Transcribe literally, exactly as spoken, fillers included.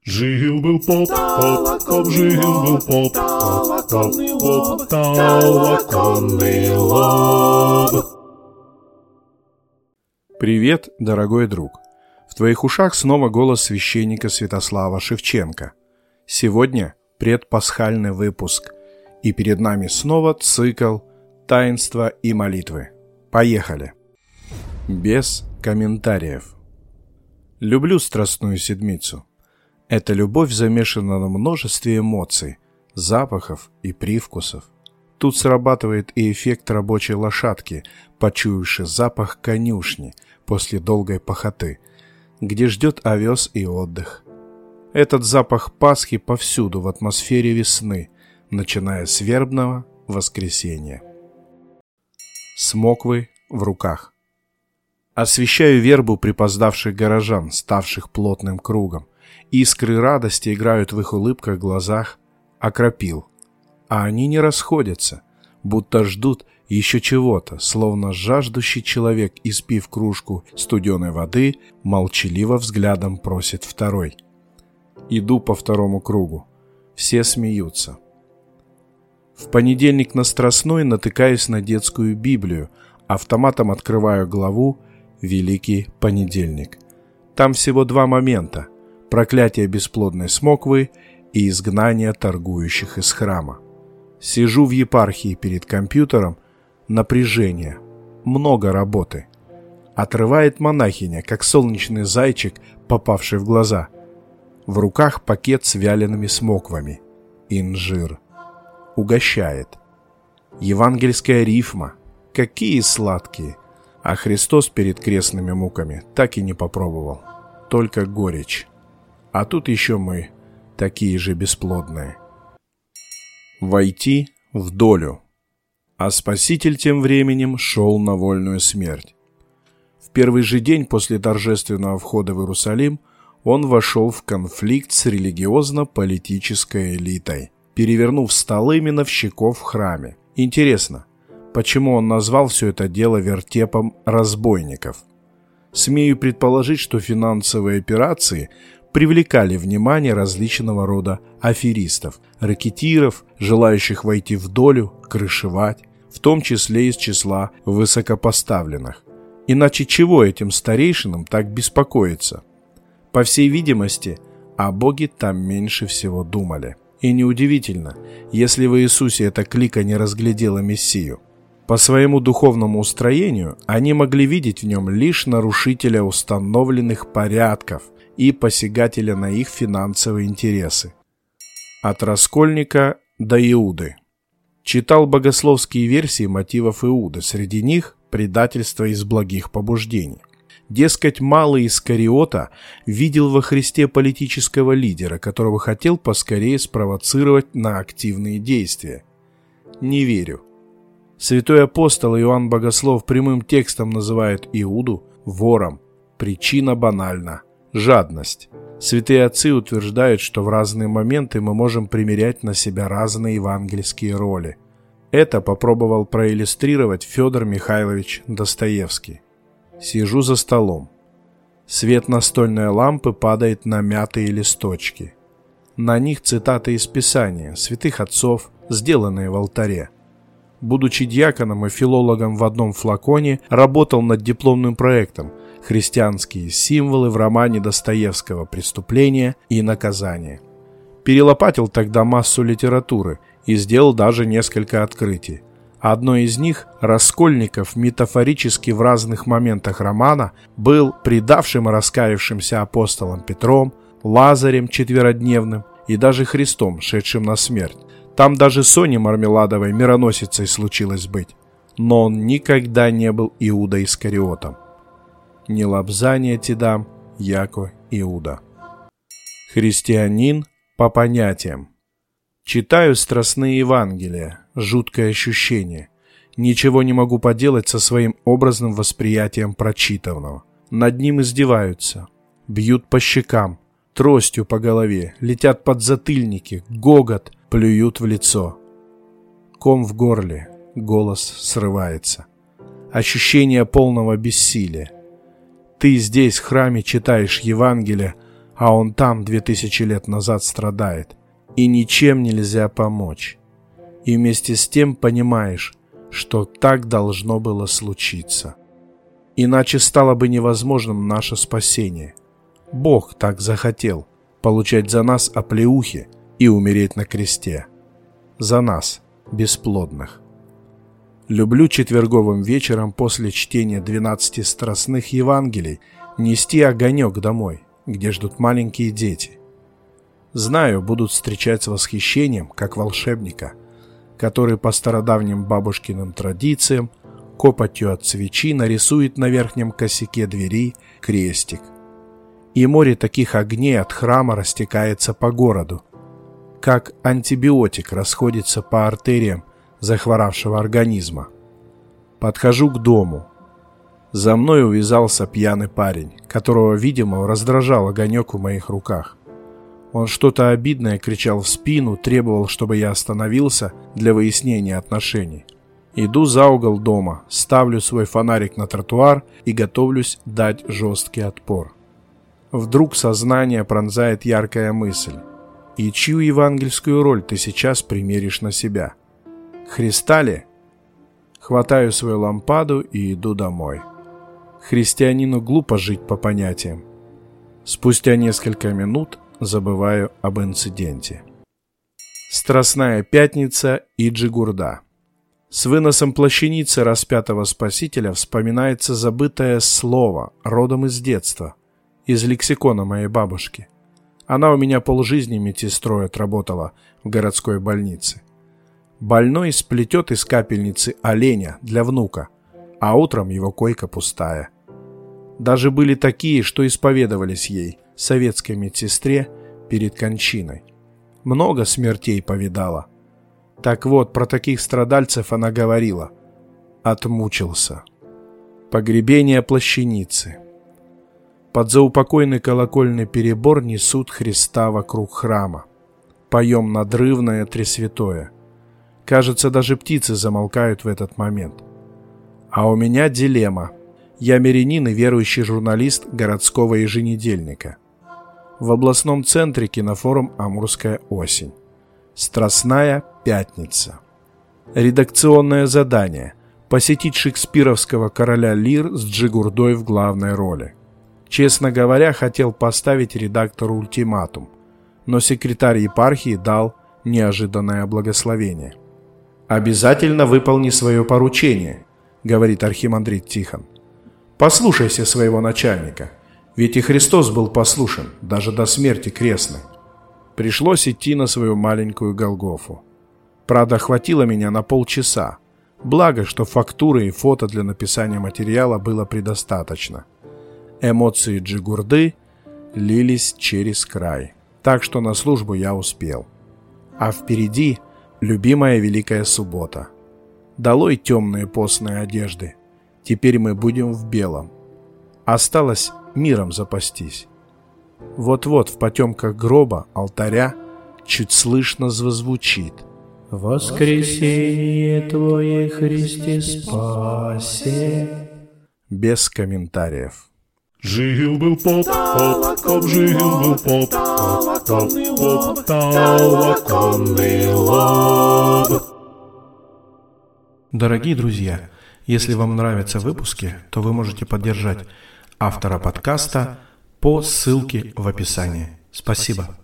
Жил-был поп, поп, поп, жил-был поп, поп, поп, поп, толоконный лоб. Привет, дорогой друг! В твоих ушах снова голос священника Святослава Шевченко. Сегодня предпасхальный выпуск, и перед нами снова цикл «Таинства и молитвы». Поехали! Без комментариев. Люблю Страстную Седмицу. Эта любовь замешана на множестве эмоций, запахов и привкусов. Тут срабатывает и эффект рабочей лошадки, почуявшей запах конюшни после долгой пахоты, где ждет овес и отдых. Этот запах Пасхи повсюду в атмосфере весны, начиная с вербного воскресенья. Смоквы в руках. Освещаю вербу припоздавших горожан, ставших плотным кругом. Искры радости играют в их улыбках, глазах, окропил. А они не расходятся, будто ждут еще чего-то, словно жаждущий человек, испив кружку студеной воды, молчаливо взглядом просит второй. Иду по второму кругу. Все смеются. В понедельник на Страстной натыкаюсь на детскую Библию, автоматом открываю главу «Великий понедельник». Там всего два момента: проклятие бесплодной смоквы и изгнание торгующих из храма. Сижу в епархии перед компьютером, напряжение, много работы. Отрывает монахиня, как солнечный зайчик, попавший в глаза. В руках пакет с вялеными смоквами. Инжир. Угощает. Евангельская рифма. Какие сладкие! А Христос перед крестными муками так и не попробовал. Только горечь. А тут еще мы, такие же бесплодные. Войти в долю. А Спаситель тем временем шел на вольную смерть. В первый же день после торжественного входа в Иерусалим он вошел в конфликт с религиозно-политической элитой, перевернув столы миновщиков в храме. Интересно, почему он назвал все это дело вертепом разбойников? Смею предположить, что финансовые операции привлекали внимание различного рода аферистов, рэкетиров, желающих войти в долю, крышевать, в том числе из числа высокопоставленных. Иначе чего этим старейшинам так беспокоиться? По всей видимости, о Боге там меньше всего думали. И неудивительно, если в Иисусе эта клика не разглядела Мессию. По своему духовному устроению они могли видеть в нем лишь нарушителя установленных порядков и посягателя на их финансовые интересы. От раскольника до Иуды. Читал богословские версии мотивов Иуды, среди них предательство из благих побуждений. Дескать, малый Искариота видел во Христе политического лидера, которого хотел поскорее спровоцировать на активные действия. Не верю. Святой апостол Иоанн Богослов прямым текстом называет Иуду вором. Причина банальна. Жадность. Святые отцы утверждают, что в разные моменты мы можем примерять на себя разные евангельские роли. Это попробовал проиллюстрировать Федор Михайлович Достоевский. Сижу за столом. Свет настольной лампы падает на мятые листочки. На них цитаты из Писания, святых отцов, сделанные в алтаре. Будучи диаконом и филологом в одном флаконе, работал над дипломным проектом «Христианские символы в романе Достоевского «Преступление и наказание». Перелопатил тогда массу литературы и сделал даже несколько открытий. Одно из них – Раскольников метафорически в разных моментах романа был предавшим и раскаявшимся апостолом Петром, Лазарем четверодневным и даже Христом, шедшим на смерть. Там даже Соне Мармеладовой мироносицей случилось быть. Но он никогда не был Иуда Искариотом. Не лобзание ти дам, яко Иуда. Христианин по понятиям. Читаю страстные Евангелия. Жуткое ощущение. Ничего не могу поделать со своим образным восприятием прочитанного. Над ним издеваются. Бьют по щекам, тростью по голове, летят подзатыльники, гогот, плюют в лицо. Ком в горле, голос срывается. Ощущение полного бессилия. Ты здесь в храме читаешь Евангелие, а он там две тысячи лет назад страдает, и ничем нельзя помочь. И вместе с тем понимаешь, что так должно было случиться. Иначе стало бы невозможным наше спасение. Бог так захотел получать за нас оплеухи и умереть на кресте. За нас, бесплодных. Люблю четверговым вечером после чтения двенадцати страстных Евангелий нести огонек домой, где ждут маленькие дети. Знаю, будут встречать с восхищением, как волшебника, который по стародавним бабушкиным традициям копотью от свечи нарисует на верхнем косяке двери крестик. И море таких огней от храма растекается по городу, как антибиотик расходится по артериям захворавшего организма. Подхожу к дому. За мной увязался пьяный парень, которого, видимо, раздражал огонек в моих руках. Он что-то обидное кричал в спину, требовал, чтобы я остановился для выяснения отношений. Иду за угол дома, ставлю свой фонарик на тротуар и готовлюсь дать жесткий отпор. Вдруг сознание пронзает яркая мысль. И чью евангельскую роль ты сейчас примеришь на себя? Христа ли? Хватаю свою лампаду и иду домой. Христианину глупо жить по понятиям. Спустя несколько минут забываю об инциденте. Страстная пятница и Джигурда. С выносом плащаницы распятого Спасителя вспоминается забытое слово, родом из детства, из лексикона моей бабушки. Она у меня полжизни медсестрой отработала в городской больнице. Больной сплетет из капельницы оленя для внука, а утром его койка пустая. Даже были такие, что исповедовались ей, советской медсестре, перед кончиной. Много смертей повидала. Так вот, про таких страдальцев она говорила. Отмучился. Погребение плащаницы. Под заупокойный колокольный перебор несут Христа вокруг храма. Поем надрывное тресвятое. Кажется, даже птицы замолкают в этот момент. А у меня дилемма. Я мирянин и верующий журналист городского еженедельника. В областном центре кинофорум «Амурская осень». Страстная пятница. Редакционное задание – посетить шекспировского короля Лир с Джигурдой в главной роли. Честно говоря, хотел поставить редактору ультиматум, но секретарь епархии дал неожиданное благословение. «Обязательно выполни свое поручение», — говорит архимандрит Тихон. «Послушайся своего начальника, ведь и Христос был послушен, даже до смерти крестной». Пришлось идти на свою маленькую Голгофу. Правда, хватило меня на полчаса. Благо, что фактуры и фото для написания материала было предостаточно. Эмоции Джигурды лились через край, так что на службу я успел. А впереди любимая Великая Суббота. Долой темные постные одежды. Теперь мы будем в белом. Осталось миром запастись. Вот-вот в потемках гроба, алтаря, чуть слышно возвучит: «Воскресение Твое, Христе, спасе». Без комментариев. Жил-был поп, поп, поп, жил-был поп, поп, поп, поп, толоконный лоб. Дорогие друзья, если вам нравятся выпуски, то вы можете поддержать автора подкаста по ссылке в описании. Спасибо.